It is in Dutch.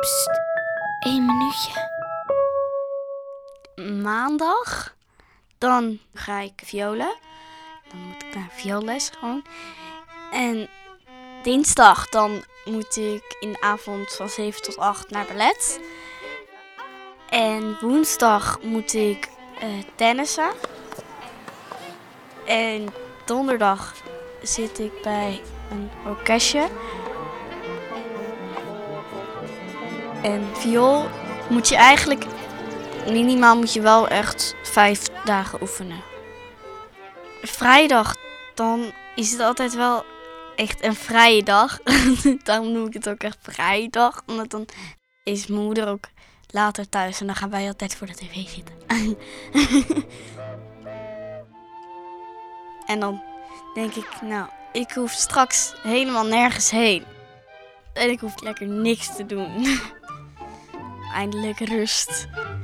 Psst, 1 minuutje. Maandag, dan ga ik violen. Dan moet ik naar vioolles gewoon. En dinsdag, dan moet ik in de avond van 7 tot 8 naar ballet. En woensdag moet ik tennissen. En donderdag zit ik bij een orkestje. En viool moet je eigenlijk, minimaal moet je wel echt 5 dagen oefenen. Vrijdag, dan is het altijd wel echt een vrije dag. Daarom noem ik het ook echt vrijdag. Omdat dan is mijn moeder ook later thuis en dan gaan wij altijd voor de tv zitten. En dan denk ik, nou, ik hoef straks helemaal nergens heen. En ik hoef lekker niks te doen. Eindelijk rust.